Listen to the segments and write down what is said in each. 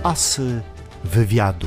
Asy wywiadu.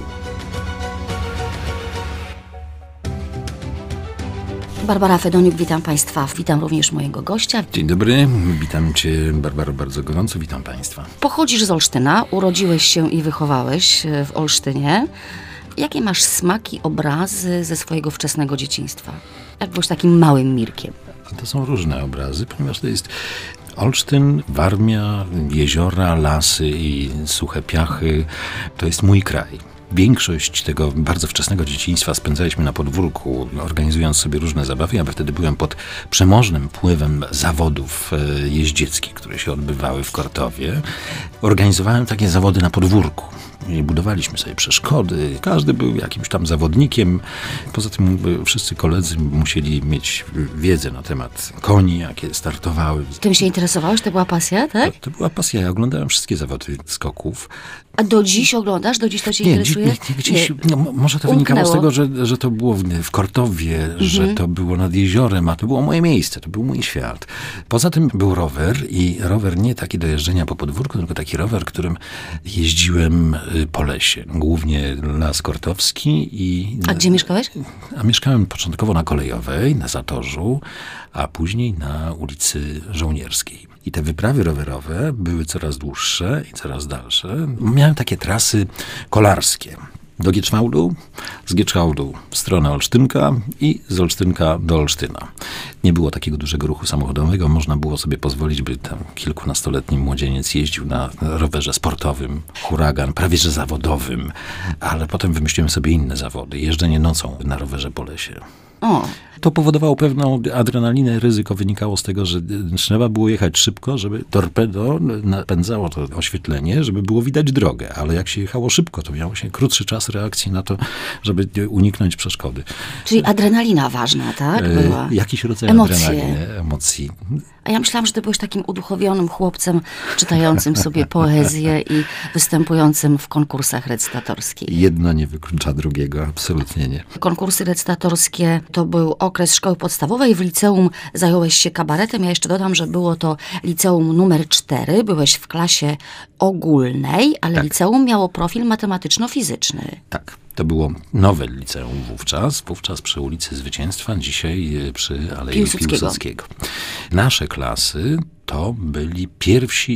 Barbara Fedoniuk, witam Państwa. Witam również mojego gościa. Dzień dobry, witam Cię, Barbaro, bardzo gorąco, witam Państwa. Pochodzisz z Olsztyna, urodziłeś się i wychowałeś w Olsztynie. Jakie masz smaki, obrazy ze swojego wczesnego dzieciństwa? Jak byłeś takim małym Mirkiem? To są różne obrazy, ponieważ to jest Olsztyn, Warmia, jeziora, lasy i suche piachy. To jest mój kraj. Większość tego bardzo wczesnego dzieciństwa spędzaliśmy na podwórku, organizując sobie różne zabawy. Ja wtedy byłem pod przemożnym wpływem zawodów jeździeckich, które się odbywały w Kortowie. Organizowałem takie zawody na podwórku. I budowaliśmy sobie przeszkody. Każdy był jakimś tam zawodnikiem. Poza tym wszyscy koledzy musieli mieć wiedzę na temat koni, jakie startowały. Tym się interesowałeś? To była pasja, tak? To była pasja. Ja oglądałem wszystkie zawody skoków. A do dziś oglądasz? Do dziś to cię interesuje? Nie. Może to wynikało z tego, że to było w Kortowie, że to było nad jeziorem, a to było moje miejsce, to był mój świat. Poza tym był rower i rower nie taki do jeżdżenia po podwórku, tylko taki rower, którym jeździłem po lesie. Głównie las kortowski. A gdzie mieszkałeś? A mieszkałem początkowo na Kolejowej, na Zatorzu, a później na ulicy Żołnierskiej. I te wyprawy rowerowe były coraz dłuższe i coraz dalsze. Miałem takie trasy kolarskie. Do Gieczwałdu, z Gieczwałdu w stronę Olsztynka i z Olsztynka do Olsztyna. Nie było takiego dużego ruchu samochodowego, można było sobie pozwolić, by tam kilkunastoletni młodzieniec jeździł na rowerze sportowym, huragan, prawie że zawodowym, ale potem wymyśliłem sobie inne zawody, jeżdżenie nocą na rowerze po lesie. O. To powodowało pewną adrenalinę, ryzyko wynikało z tego, że trzeba było jechać szybko, żeby torpedo napędzało to oświetlenie, żeby było widać drogę, ale jak się jechało szybko, to miało się krótszy czas reakcji na to, żeby uniknąć przeszkody. Czyli adrenalina ważna, tak? Była. Jakiś rodzaj adrenaliny, emocji. A ja myślałam, że ty byłeś takim uduchowionym chłopcem, czytającym sobie poezję i występującym w konkursach recytatorskich. Jedno nie wyklucza drugiego, absolutnie nie. Konkursy recytatorskie to był okres szkoły podstawowej. W liceum zająłeś się kabaretem. Ja jeszcze dodam, że było to liceum numer 4. Byłeś w klasie ogólnej, ale tak. Liceum miało profil matematyczno-fizyczny. Tak. To było nowe liceum wówczas przy ulicy Zwycięstwa, dzisiaj przy Alei Piłsudskiego. Nasze klasy to byli pierwsi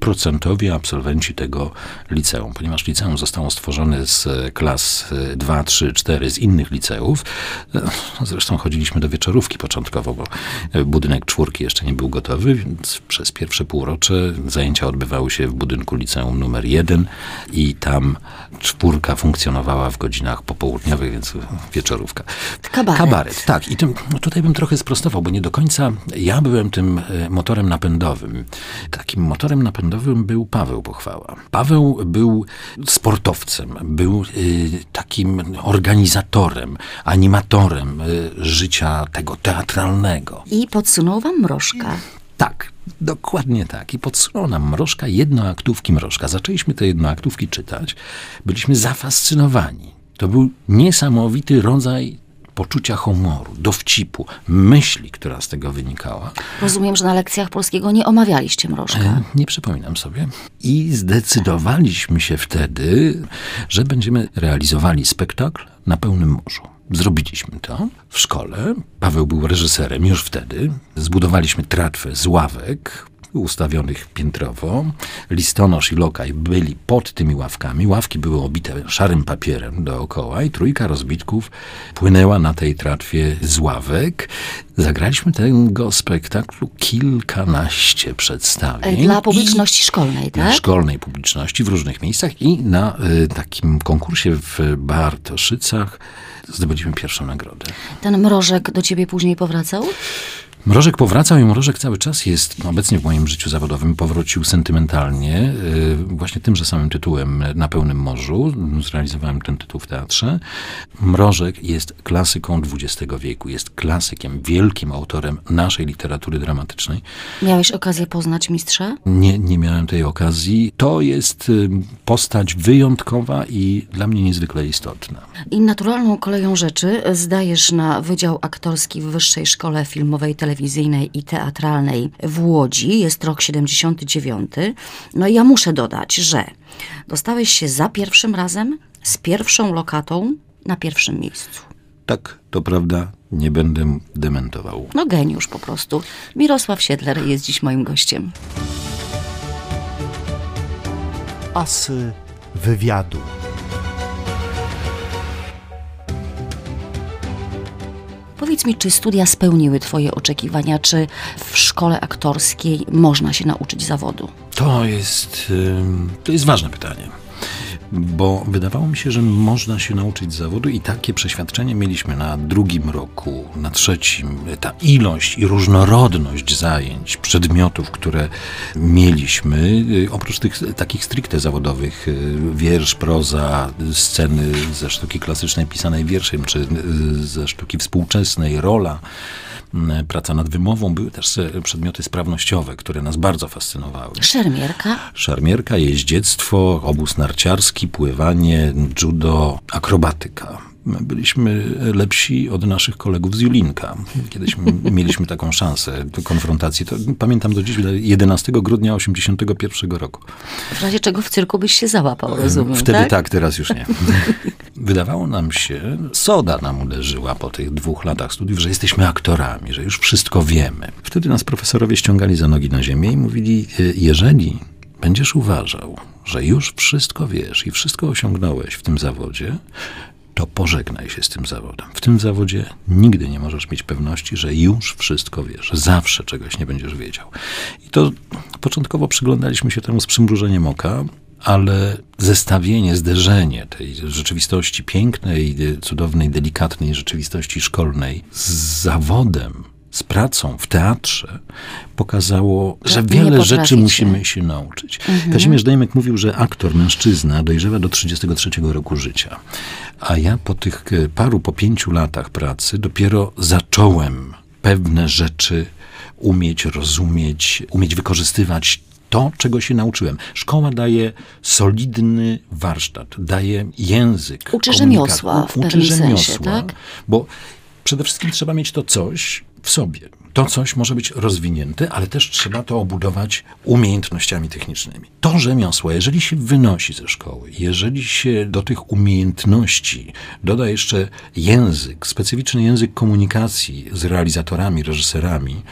100% absolwenci tego liceum, ponieważ liceum zostało stworzone z klas 2, 3, 4 z innych liceów. Zresztą chodziliśmy do wieczorówki początkowo, bo budynek 4 jeszcze nie był gotowy, więc przez pierwsze półrocze zajęcia odbywały się w budynku liceum numer 1 i tam 4 funkcjonowała w godzinach popołudniowych, więc wieczorówka. Kabaret, tak. I tutaj bym trochę sprostował, bo nie do końca ja byłem tym motorem napędowym. Takim motorem napędowym był Paweł Pochwała. Paweł był sportowcem, był takim organizatorem, animatorem życia tego teatralnego. I podsunął wam Mrożka. Tak, dokładnie tak. I podsunął nam Mrożka, jednoaktówki Mrożka. Zaczęliśmy te jednoaktówki czytać. Byliśmy zafascynowani. To był niesamowity rodzaj poczucia humoru, dowcipu, myśli, która z tego wynikała. Rozumiem, że na lekcjach polskiego nie omawialiście Mrożka. Nie przypominam sobie. I zdecydowaliśmy się wtedy, że będziemy realizowali spektakl na pełnym morzu. Zrobiliśmy to w szkole. Paweł był reżyserem już wtedy. Zbudowaliśmy tratwę z ławek ustawionych piętrowo. Listonosz i lokaj byli pod tymi ławkami. Ławki były obite szarym papierem dookoła i 3 rozbitków płynęła na tej tratwie z ławek. Zagraliśmy tego spektaklu kilkanaście przedstawień. Dla publiczności szkolnej, tak? Dla szkolnej publiczności w różnych miejscach i na takim konkursie w Bartoszycach zdobyliśmy pierwszą nagrodę. Ten Mrożek do ciebie później powracał? Mrożek powracał i Mrożek cały czas jest obecnie w moim życiu zawodowym. Powrócił sentymentalnie, właśnie tymże samym tytułem Na pełnym morzu. Zrealizowałem ten tytuł w teatrze. Mrożek jest klasyką XX wieku, jest klasykiem, wielkim autorem naszej literatury dramatycznej. Miałeś okazję poznać mistrza? Nie miałem tej okazji. To jest postać wyjątkowa i dla mnie niezwykle istotna. I naturalną koleją rzeczy zdajesz na Wydział Aktorski w Wyższej Szkole Filmowej Telewizji telewizyjnej i teatralnej w Łodzi. Jest rok 79. No i ja muszę dodać, że dostałeś się za pierwszym razem, z pierwszą lokatą na pierwszym miejscu. Tak, to prawda, nie będę dementował. No geniusz po prostu. Mirosław Siedler jest dziś moim gościem. Asy wywiadu. Powiedz mi, czy studia spełniły twoje oczekiwania, czy w szkole aktorskiej można się nauczyć zawodu? To jest ważne pytanie, bo wydawało mi się, że można się nauczyć zawodu i takie przeświadczenie mieliśmy na drugim roku, na trzecim. Ta ilość i różnorodność zajęć, przedmiotów, które mieliśmy, oprócz tych takich stricte zawodowych, wiersz, proza, sceny ze sztuki klasycznej pisanej wierszem, czy ze sztuki współczesnej, rola, praca nad wymową, były też przedmioty sprawnościowe, które nas bardzo fascynowały. Szermierka, jeździectwo, obóz narciarski, pływanie, judo, akrobatyka. My byliśmy lepsi od naszych kolegów z Julinka. Kiedyś mieliśmy taką szansę konfrontacji. To pamiętam do dziś, 11 grudnia 1981 roku. W razie czego w cyrku byś się załapał, rozumiem, Wtedy tak, teraz już nie. Wydawało nam się, soda nam uderzyła po tych 2 latach studiów, że jesteśmy aktorami, że już wszystko wiemy. Wtedy nas profesorowie ściągali za nogi na ziemię i mówili, jeżeli będziesz uważał, że już wszystko wiesz i wszystko osiągnąłeś w tym zawodzie, to pożegnaj się z tym zawodem. W tym zawodzie nigdy nie możesz mieć pewności, że już wszystko wiesz. Zawsze czegoś nie będziesz wiedział. I to początkowo przyglądaliśmy się temu z przymrużeniem oka, ale zestawienie, zderzenie tej rzeczywistości pięknej, cudownej, delikatnej rzeczywistości szkolnej z zawodem, z pracą w teatrze pokazało, że wiele rzeczy musimy się nauczyć. Kazimierz Dejmek mówił, że aktor, mężczyzna dojrzewa do 33 roku życia. A ja po 5 latach pracy dopiero zacząłem pewne rzeczy umieć rozumieć, umieć wykorzystywać to, czego się nauczyłem. Szkoła daje solidny warsztat, daje język. Uczy rzemiosła w pewnym sensie, tak? Bo przede wszystkim trzeba mieć to coś w sobie. To coś może być rozwinięte, ale też trzeba to obudować umiejętnościami technicznymi. To rzemiosło, jeżeli się wynosi ze szkoły, jeżeli się do tych umiejętności doda jeszcze język, specyficzny język komunikacji z realizatorami, reżyserami,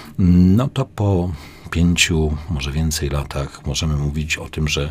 no to po 5, może więcej latach możemy mówić o tym, że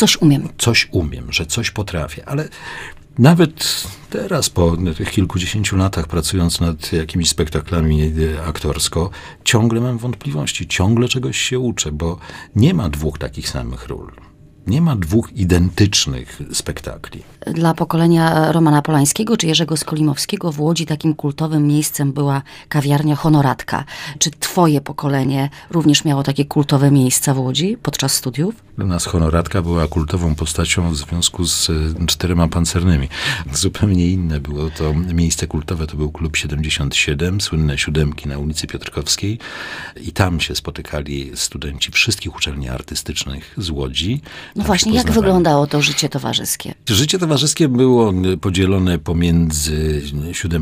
coś umiem, że coś potrafię, ale nawet teraz, po tych kilkudziesięciu latach pracując nad jakimiś spektaklami aktorsko, ciągle mam wątpliwości, ciągle czegoś się uczę, bo nie ma 2 takich samych ról. Nie ma 2 identycznych spektakli. Dla pokolenia Romana Polańskiego czy Jerzego Skolimowskiego w Łodzi takim kultowym miejscem była kawiarnia Honoratka. Czy twoje pokolenie również miało takie kultowe miejsca w Łodzi podczas studiów? Dla nas Honoratka była kultową postacią w związku z 4 pancernymi. Zupełnie inne było to miejsce kultowe, to był Klub 77, słynne 7 na ulicy Piotrkowskiej i tam się spotykali studenci wszystkich uczelni artystycznych z Łodzi. No właśnie, jak wyglądało to życie towarzyskie? Życie towarzyskie było podzielone pomiędzy 7,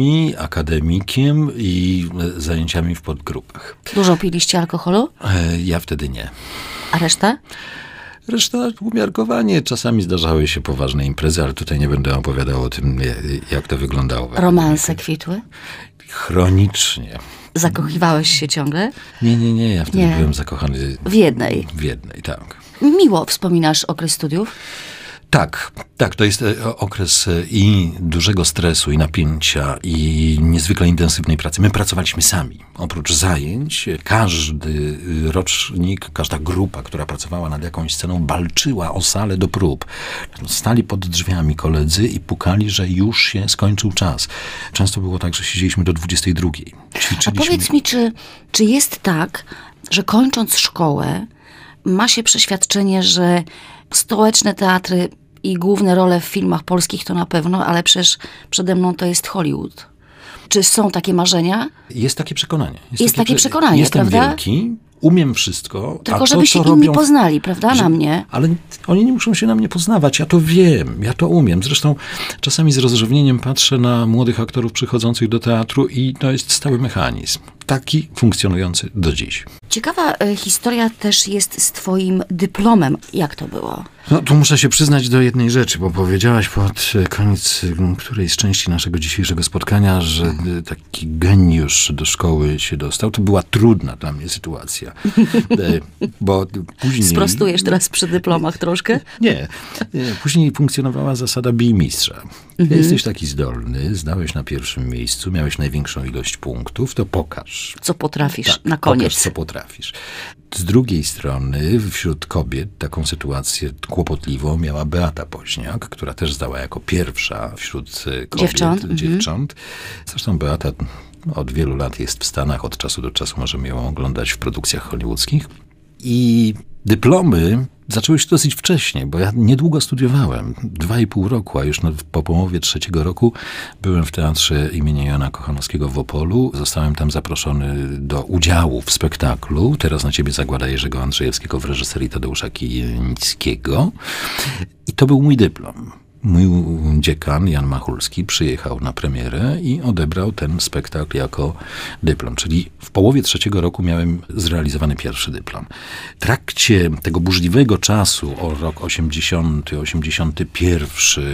akademikiem i zajęciami w podgrupach. Dużo piliście alkoholu? Ja wtedy nie. A reszta? Reszta umiarkowanie. Czasami zdarzały się poważne imprezy, ale tutaj nie będę opowiadał o tym, jak to wyglądało. Romanse kwitły? Chronicznie. Zakochiwałeś się ciągle? Nie. Ja wtedy byłem zakochany. W jednej? W jednej, tak. Miło wspominasz okres studiów? Tak, to jest okres i dużego stresu, i napięcia, i niezwykle intensywnej pracy. My pracowaliśmy sami. Oprócz zajęć, każdy rocznik, każda grupa, która pracowała nad jakąś sceną, walczyła o salę do prób. Stali pod drzwiami koledzy i pukali, że już się skończył czas. Często było tak, że siedzieliśmy do 22. Ćwiczyliśmy. A powiedz mi, czy jest tak, że kończąc szkołę, ma się przeświadczenie, że stołeczne teatry i główne role w filmach polskich to na pewno, ale przecież przede mną to jest Hollywood. Czy są takie marzenia? Jest takie przekonanie. Jest takie przekonanie, jestem prawda? Wielki, umiem wszystko. Tylko żeby się inni poznali, prawda, na mnie. Ale oni nie muszą się na mnie poznawać. Ja to wiem, ja to umiem. Zresztą czasami z rozrzewnieniem patrzę na młodych aktorów przychodzących do teatru i to jest stały mechanizm. taki funkcjonujący do dziś. Ciekawa historia też jest z twoim dyplomem. Jak to było? No, tu muszę się przyznać do jednej rzeczy, bo powiedziałaś pod koniec którejś z części naszego dzisiejszego spotkania, że taki geniusz do szkoły się dostał. To była trudna dla mnie sytuacja. Bo później... Sprostujesz teraz przy dyplomach troszkę? Nie. Później funkcjonowała zasada bij mistrza. Jesteś taki zdolny, zdałeś na pierwszym miejscu, miałeś największą ilość punktów, to pokaż. Co potrafisz na koniec. Pokaż, co potrafisz. Z drugiej strony, wśród kobiet taką sytuację kłopotliwą miała Beata Woźniak, która też zdała jako pierwsza wśród kobiet, dziewcząt. Zresztą Beata od wielu lat jest w Stanach, od czasu do czasu możemy ją oglądać w produkcjach hollywoodzkich. I dyplomy zaczęły się dosyć wcześnie, bo ja niedługo studiowałem, 2,5 roku, a już po połowie 3. roku byłem w Teatrze imienia Jana Kochanowskiego w Opolu. Zostałem tam zaproszony do udziału w spektaklu Teraz na ciebie zagłada Jerzego Andrzejewskiego w reżyserii Tadeusza Kijenickiego. I to był mój dyplom. Mój dziekan, Jan Machulski, przyjechał na premierę i odebrał ten spektakl jako dyplom. Czyli w połowie 3. roku miałem zrealizowany pierwszy dyplom. W trakcie tego burzliwego czasu, o rok 80, 81,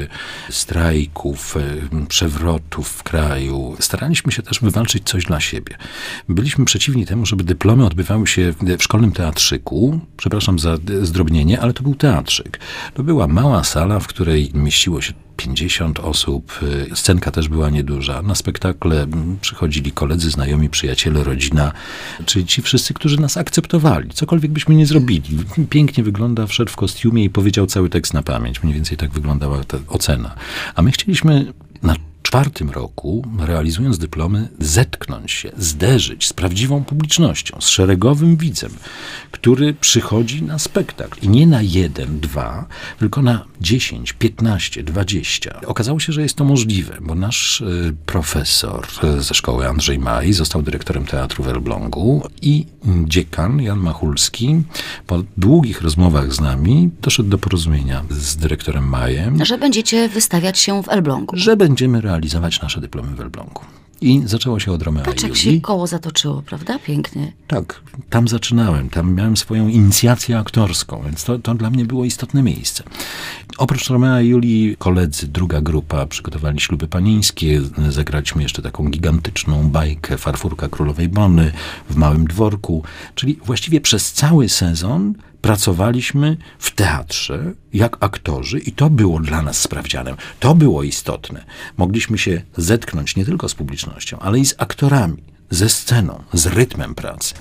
strajków, przewrotów w kraju, staraliśmy się też wywalczyć coś dla siebie. Byliśmy przeciwni temu, żeby dyplomy odbywały się w szkolnym teatrzyku. Przepraszam za zdrobnienie, ale to był teatrzyk. To była mała sala, w której mieściło się 50 osób. Scenka też była nieduża. Na spektakle przychodzili koledzy, znajomi, przyjaciele, rodzina, czyli ci wszyscy, którzy nas akceptowali. Cokolwiek byśmy nie zrobili. Pięknie wygląda, wszedł w kostiumie i powiedział cały tekst na pamięć. Mniej więcej tak wyglądała ta ocena. A my chcieliśmy na 4. roku, realizując dyplomy, zetknąć się, zderzyć z prawdziwą publicznością, z szeregowym widzem, który przychodzi na spektakl. I nie na 1, 2, tylko na 10, 15, 20. Okazało się, że jest to możliwe, bo nasz profesor ze szkoły Andrzej Maj został dyrektorem teatru w Elblągu i dziekan Jan Machulski po długich rozmowach z nami doszedł do porozumienia z dyrektorem Majem, że będziecie wystawiać się w Elblągu. Że będziemy realizować nasze dyplomy w Elblągu. I zaczęło się od Romea Patrz, i jak Julii. się koło zatoczyło, prawda? Pięknie. Tak, tam zaczynałem, tam miałem swoją inicjację aktorską, więc to dla mnie było istotne miejsce. Oprócz Romea i Julii koledzy, druga grupa, przygotowali śluby panieńskie, zagraliśmy jeszcze taką gigantyczną bajkę Farfurka Królowej Bony w Małym Dworku, czyli właściwie przez cały sezon pracowaliśmy w teatrze jak aktorzy i to było dla nas sprawdzianem. To było istotne. Mogliśmy się zetknąć nie tylko z publicznością, ale i z aktorami, ze sceną, z rytmem pracy.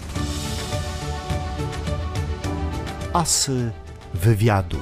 Asy wywiadu.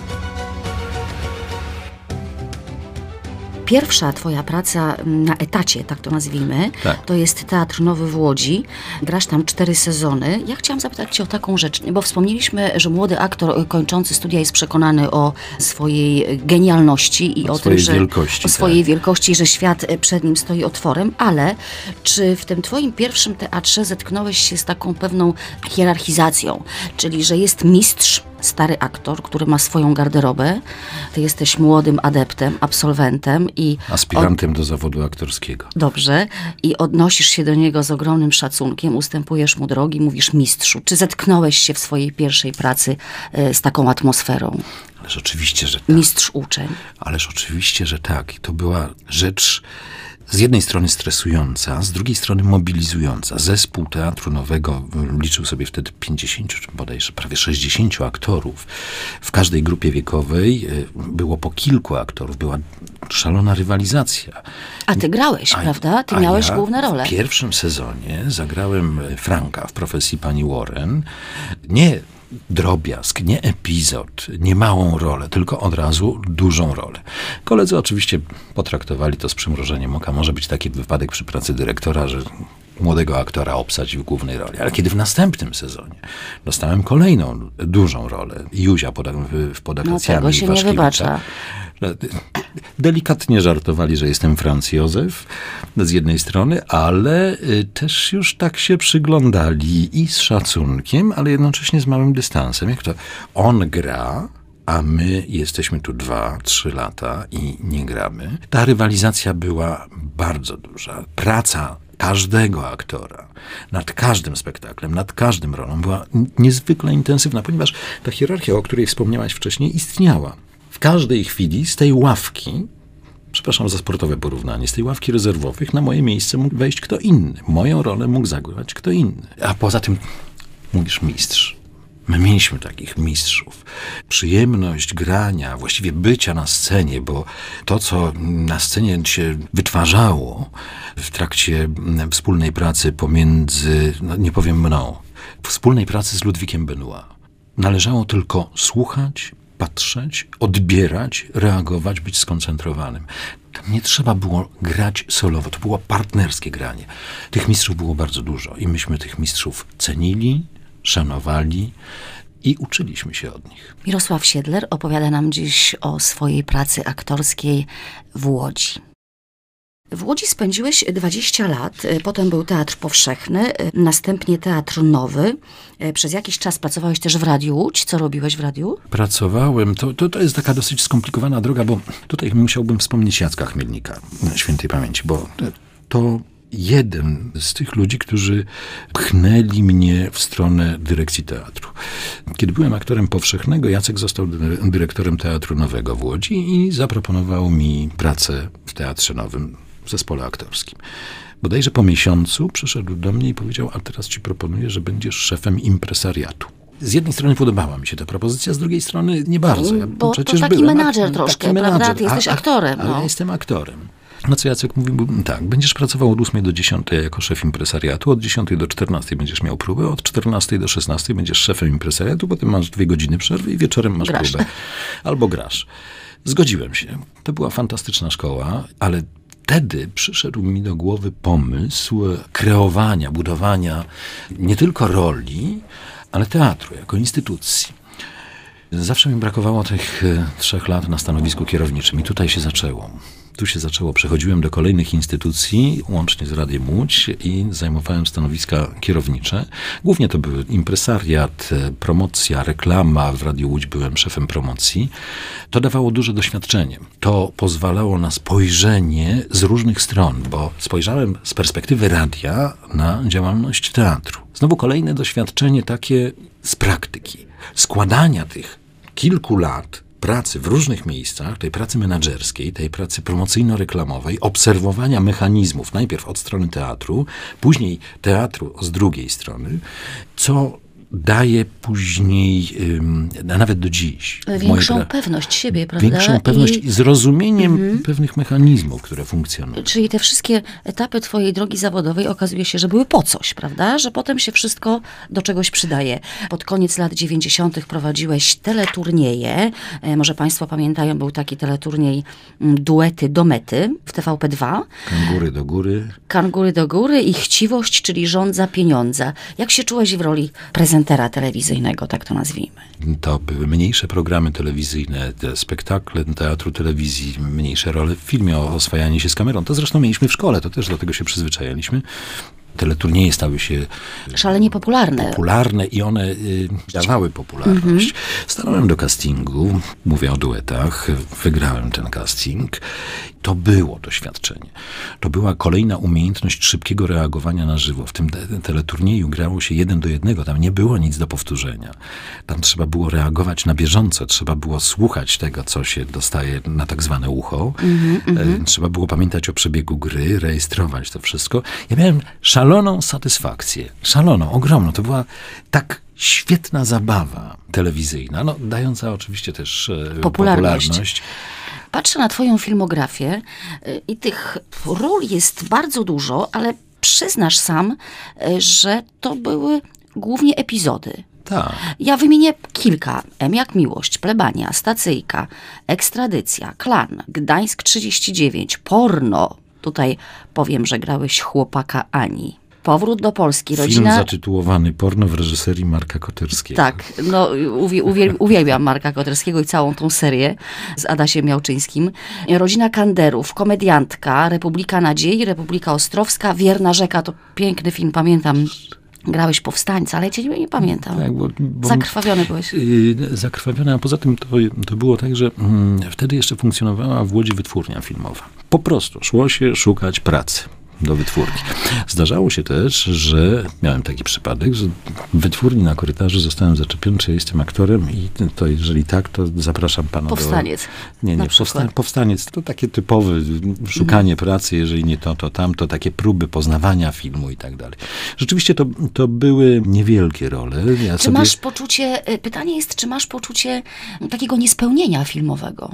Pierwsza twoja praca na etacie, tak to nazwijmy, Tak. To jest Teatr Nowy w Łodzi. Grasz tam 4 sezony. Ja chciałam zapytać cię o taką rzecz, bo wspomnieliśmy, że młody aktor kończący studia jest przekonany o swojej genialności i o tym, że wielkości, o swojej wielkości, że świat przed nim stoi otworem, ale czy w tym twoim pierwszym teatrze zetknąłeś się z taką pewną hierarchizacją, czyli że jest mistrz, stary aktor, który ma swoją garderobę, ty jesteś młodym adeptem, absolwentem i... Aspirantem do zawodu aktorskiego. Dobrze. I odnosisz się do niego z ogromnym szacunkiem, ustępujesz mu drogi, mówisz mistrzu. Czy zetknąłeś się w swojej pierwszej pracy z taką atmosferą? Ależ oczywiście, że tak. Mistrz-uczeń. Ależ oczywiście, że tak. I to była rzecz z jednej strony stresująca, z drugiej strony mobilizująca. Zespół Teatru Nowego liczył sobie wtedy 50, czy bodajże prawie 60 aktorów. W każdej grupie wiekowej było po kilku aktorów. Była szalona rywalizacja. A ty grałeś, prawda? Ty miałeś ja główne role. W pierwszym sezonie zagrałem Franka w Profesji pani Warren. Nie drobiazg, nie epizod, nie małą rolę, tylko od razu dużą rolę. Koledzy oczywiście potraktowali to z przymrużeniem oka. Może być taki wypadek przy pracy dyrektora, że młodego aktora obsadził w głównej roli. Ale kiedy w następnym sezonie dostałem kolejną dużą rolę, Józia pod Akacjami, tego się nie wybacza. Delikatnie żartowali, że jestem Franz Józef z jednej strony, ale też już tak się przyglądali i z szacunkiem, ale jednocześnie z małym dystansem. Jak to on gra, a my jesteśmy tu 2-3 lata i nie gramy. Ta rywalizacja była bardzo duża. Praca każdego aktora, nad każdym spektaklem, nad każdym rolą była niezwykle intensywna, ponieważ ta hierarchia, o której wspomniałaś wcześniej, istniała. W każdej chwili z tej ławki, przepraszam za sportowe porównanie, z tej ławki rezerwowych na moje miejsce mógł wejść kto inny. Moją rolę mógł zagrać kto inny. A poza tym mówisz mistrz. My mieliśmy takich mistrzów. Przyjemność grania, właściwie bycia na scenie, bo to, co na scenie się wytwarzało w trakcie wspólnej pracy pomiędzy, no nie powiem mną, wspólnej pracy z Ludwikiem Benoit. Należało tylko słuchać, patrzeć, odbierać, reagować, być skoncentrowanym. Tam nie trzeba było grać solowo, to było partnerskie granie. Tych mistrzów było bardzo dużo i myśmy tych mistrzów cenili, szanowali i uczyliśmy się od nich. Mirosław Siedler opowiada nam dziś o swojej pracy aktorskiej w Łodzi. W Łodzi spędziłeś 20 lat, potem był Teatr Powszechny, następnie Teatr Nowy. Przez jakiś czas pracowałeś też w Radiu Łódź. Co robiłeś w radiu? Pracowałem, to jest taka dosyć skomplikowana droga, bo tutaj musiałbym wspomnieć Jacka Chmielnika, świętej pamięci, bo to jeden z tych ludzi, którzy pchnęli mnie w stronę dyrekcji teatru. Kiedy byłem aktorem Powszechnego, Jacek został dyrektorem Teatru Nowego w Łodzi i zaproponował mi pracę w Teatrze Nowym, w zespole aktorskim. Bodajże po miesiącu przyszedł do mnie i powiedział, a teraz ci proponuję, że będziesz szefem impresariatu. Z jednej strony podobała mi się ta propozycja, z drugiej strony nie bardzo. Ja bo przecież to taki byłem menadżer troszkę, prawda? Ty jesteś aktorem. Ale ja jestem aktorem. No co Jacek mówił, tak, będziesz pracował od 8 do 10 jako szef impresariatu, od 10 do 14 będziesz miał próbę, od 14 do 16 będziesz szefem impresariatu, potem masz 2 godziny przerwy i wieczorem masz próbę. Albo grasz. Zgodziłem się. To była fantastyczna szkoła, ale wtedy przyszedł mi do głowy pomysł kreowania, budowania nie tylko roli, ale teatru jako instytucji. Zawsze mi brakowało tych 3 lat na stanowisku kierowniczym i tutaj się zaczęło. Tu się zaczęło. Przechodziłem do kolejnych instytucji, łącznie z Radiem Łódź i zajmowałem stanowiska kierownicze. Głównie to były impresariat, promocja, reklama. W Radiu Łódź byłem szefem promocji. To dawało duże doświadczenie. To pozwalało na spojrzenie z różnych stron, bo spojrzałem z perspektywy radia na działalność teatru. Znowu kolejne doświadczenie takie z praktyki. Składania tych kilku lat pracy w różnych miejscach, tej pracy menadżerskiej, tej pracy promocyjno-reklamowej, obserwowania mechanizmów, najpierw od strony teatru, później teatru z drugiej strony, co daje później, nawet do dziś. Większą pewność siebie, prawda? Większą pewność i zrozumieniem pewnych mechanizmów, które funkcjonują. Czyli te wszystkie etapy twojej drogi zawodowej okazuje się, że były po coś, prawda? Że potem się wszystko do czegoś przydaje. Pod koniec lat 90. prowadziłeś teleturnieje. Może państwo pamiętają, był taki teleturniej Duety do mety w TVP2. Kangury do góry. Kangury do góry i Chciwość, czyli Rząd za pieniądze. Jak się czułeś w roli prezentera telewizyjnego, tak to nazwijmy? To były mniejsze programy telewizyjne, te spektakle teatru, telewizji, mniejsze role w filmie o oswajaniu się z kamerą. To zresztą mieliśmy w szkole, to też do tego się przyzwyczajaliśmy. Teleturnieje stały się szalenie popularne i one dawały popularność. Stanąłem do castingu, mówię o duetach, wygrałem ten casting. To było doświadczenie. To była kolejna umiejętność szybkiego reagowania na żywo. W tym teleturnieju grało się 1 do 1, tam nie było nic do powtórzenia. Tam trzeba było reagować na bieżąco, trzeba było słuchać tego, co się dostaje na tak zwane ucho. Trzeba było pamiętać o przebiegu gry, rejestrować to wszystko. Ja miałem szaloną satysfakcję. Szaloną, ogromną. To była tak świetna zabawa telewizyjna, no, dająca oczywiście też popularność. Patrzę na twoją filmografię i tych ról jest bardzo dużo, ale przyznasz sam, że to były głównie epizody. Tak. Ja wymienię kilka. M jak Miłość, Plebania, Stacyjka, Ekstradycja, Klan, Gdańsk 39, Porno. Tutaj powiem, że grałeś chłopaka Ani. Powrót do Polski. Film zatytułowany Porno w reżyserii Marka Koterskiego. Tak, no uwielbiam Marka Koterskiego i całą tą serię z Adasiem Miałczyńskim. Rodzina Kanderów, Komediantka, Republika Nadziei, Republika Ostrowska, Wierna Rzeka, to piękny film, pamiętam. Grałeś Powstańca, ale ja cię nie pamiętam. Tak, bo zakrwawiony byłeś. Zakrwawiony, a poza tym to było tak, że wtedy jeszcze funkcjonowała w Łodzi wytwórnia filmowa. Po prostu szło się szukać pracy. do wytwórni. Zdarzało się też, że miałem taki przypadek, że w wytwórni na korytarzu zostałem zaczepiony, czy ja jestem aktorem i to jeżeli tak, to zapraszam pana Powstaniec. Nie, powstaniec. To takie typowe szukanie pracy, jeżeli nie to tamto, takie próby poznawania filmu i tak dalej. Rzeczywiście to były niewielkie role. Masz poczucie, pytanie jest, czy masz poczucie takiego niespełnienia filmowego?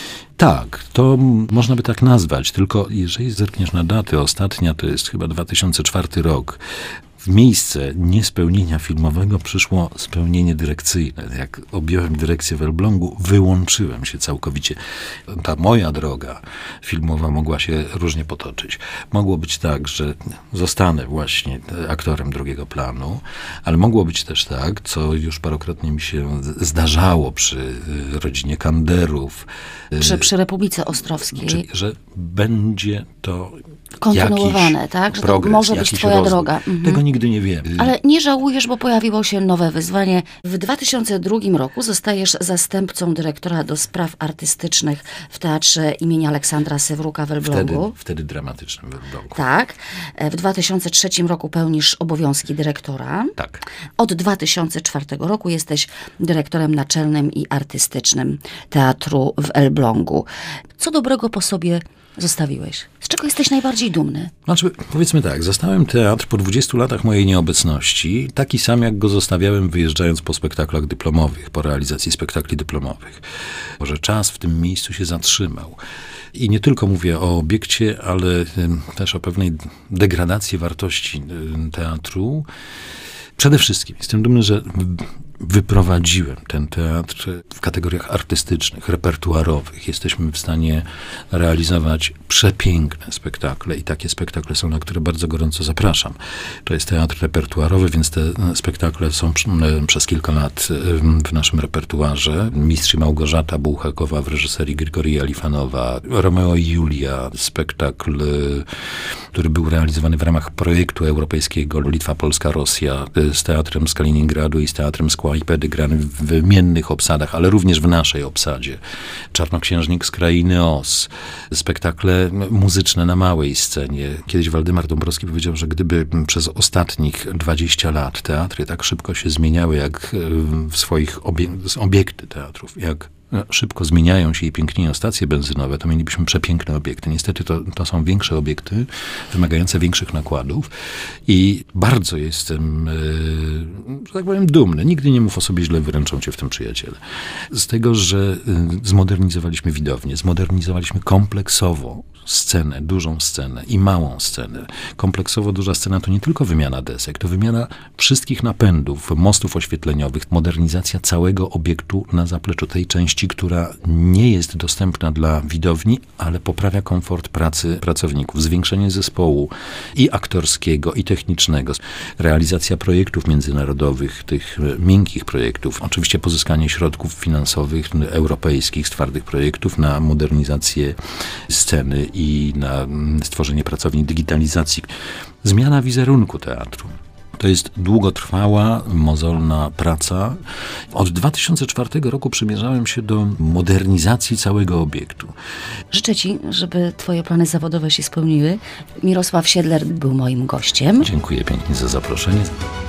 Tak, to można by tak nazwać, tylko jeżeli zerkniesz na daty, ostatnia to jest chyba 2004 rok. W miejsce niespełnienia filmowego przyszło spełnienie dyrekcyjne. Jak objąłem dyrekcję w Elblągu, wyłączyłem się całkowicie. Ta moja droga filmowa mogła się różnie potoczyć. Mogło być tak, że zostanę właśnie aktorem drugiego planu, ale mogło być też tak, co już parokrotnie mi się zdarzało przy rodzinie Kanderów. Czy przy Republice Ostrowskiej. Że będzie to kontynuowane, tak? Że progres, to może być twoja rozwój. droga. Tego nigdy nie wiem. Ale nie żałujesz, bo pojawiło się nowe wyzwanie. W 2002 roku zostajesz zastępcą dyrektora do spraw artystycznych w Teatrze imienia Aleksandra Sewruka w Elblągu. Wtedy dramatycznym w Elblągu. Tak. W 2003 roku pełnisz obowiązki dyrektora. Tak. Od 2004 roku jesteś dyrektorem naczelnym i artystycznym Teatru w Elblągu. Co dobrego po sobie zostawiłeś? Z czego jesteś najbardziej dumny? Znaczy, powiedzmy tak, zostałem teatr po 20 latach mojej nieobecności, taki sam jak go zostawiałem wyjeżdżając po spektaklach dyplomowych, po realizacji spektakli dyplomowych. Może czas w tym miejscu się zatrzymał. I nie tylko mówię o obiekcie, ale też o pewnej degradacji wartości teatru. Przede wszystkim jestem dumny, że wyprowadziłem ten teatr w kategoriach artystycznych, repertuarowych. Jesteśmy w stanie realizować przepiękne spektakle i takie spektakle są, na które bardzo gorąco zapraszam. To jest teatr repertuarowy, więc te spektakle są przez kilka lat w naszym repertuarze. Mistrz i Małgorzata Bułhakowa w reżyserii Grigorija Lifanowa, Romeo i Julia, spektakl, który był realizowany w ramach projektu europejskiego Litwa, Polska, Rosja, z teatrem z Kaliningradu i z teatrem z Kłajpedy, grany w wymiennych obsadach, ale również w naszej obsadzie. Czarnoksiężnik z Krainy Oz, spektakle muzyczne na małej scenie. Kiedyś Waldemar Dąbrowski powiedział, że gdyby przez ostatnich 20 lat teatry tak szybko się zmieniały, jak w swoich obiekty teatrów, jak szybko zmieniają się i pięknieją stacje benzynowe, to mielibyśmy przepiękne obiekty. Niestety to są większe obiekty, wymagające większych nakładów i bardzo jestem, że tak powiem, dumny. Nigdy nie mów o sobie źle, wyręczą cię w tym przyjaciele. Z tego, że zmodernizowaliśmy widownię, zmodernizowaliśmy kompleksowo scenę, dużą scenę i małą scenę. Kompleksowo duża scena to nie tylko wymiana desek, to wymiana wszystkich napędów, mostów oświetleniowych, modernizacja całego obiektu na zapleczu tej części, która nie jest dostępna dla widowni, ale poprawia komfort pracy pracowników. Zwiększenie zespołu i aktorskiego, i technicznego. Realizacja projektów międzynarodowych, tych miękkich projektów. Oczywiście pozyskanie środków finansowych europejskich z twardych projektów na modernizację sceny i na stworzenie pracowni digitalizacji. Zmiana wizerunku teatru. To jest długotrwała, mozolna praca. Od 2004 roku przymierzałem się do modernizacji całego obiektu. Życzę ci, żeby twoje plany zawodowe się spełniły. Mirosław Siedler był moim gościem. Dziękuję pięknie za zaproszenie.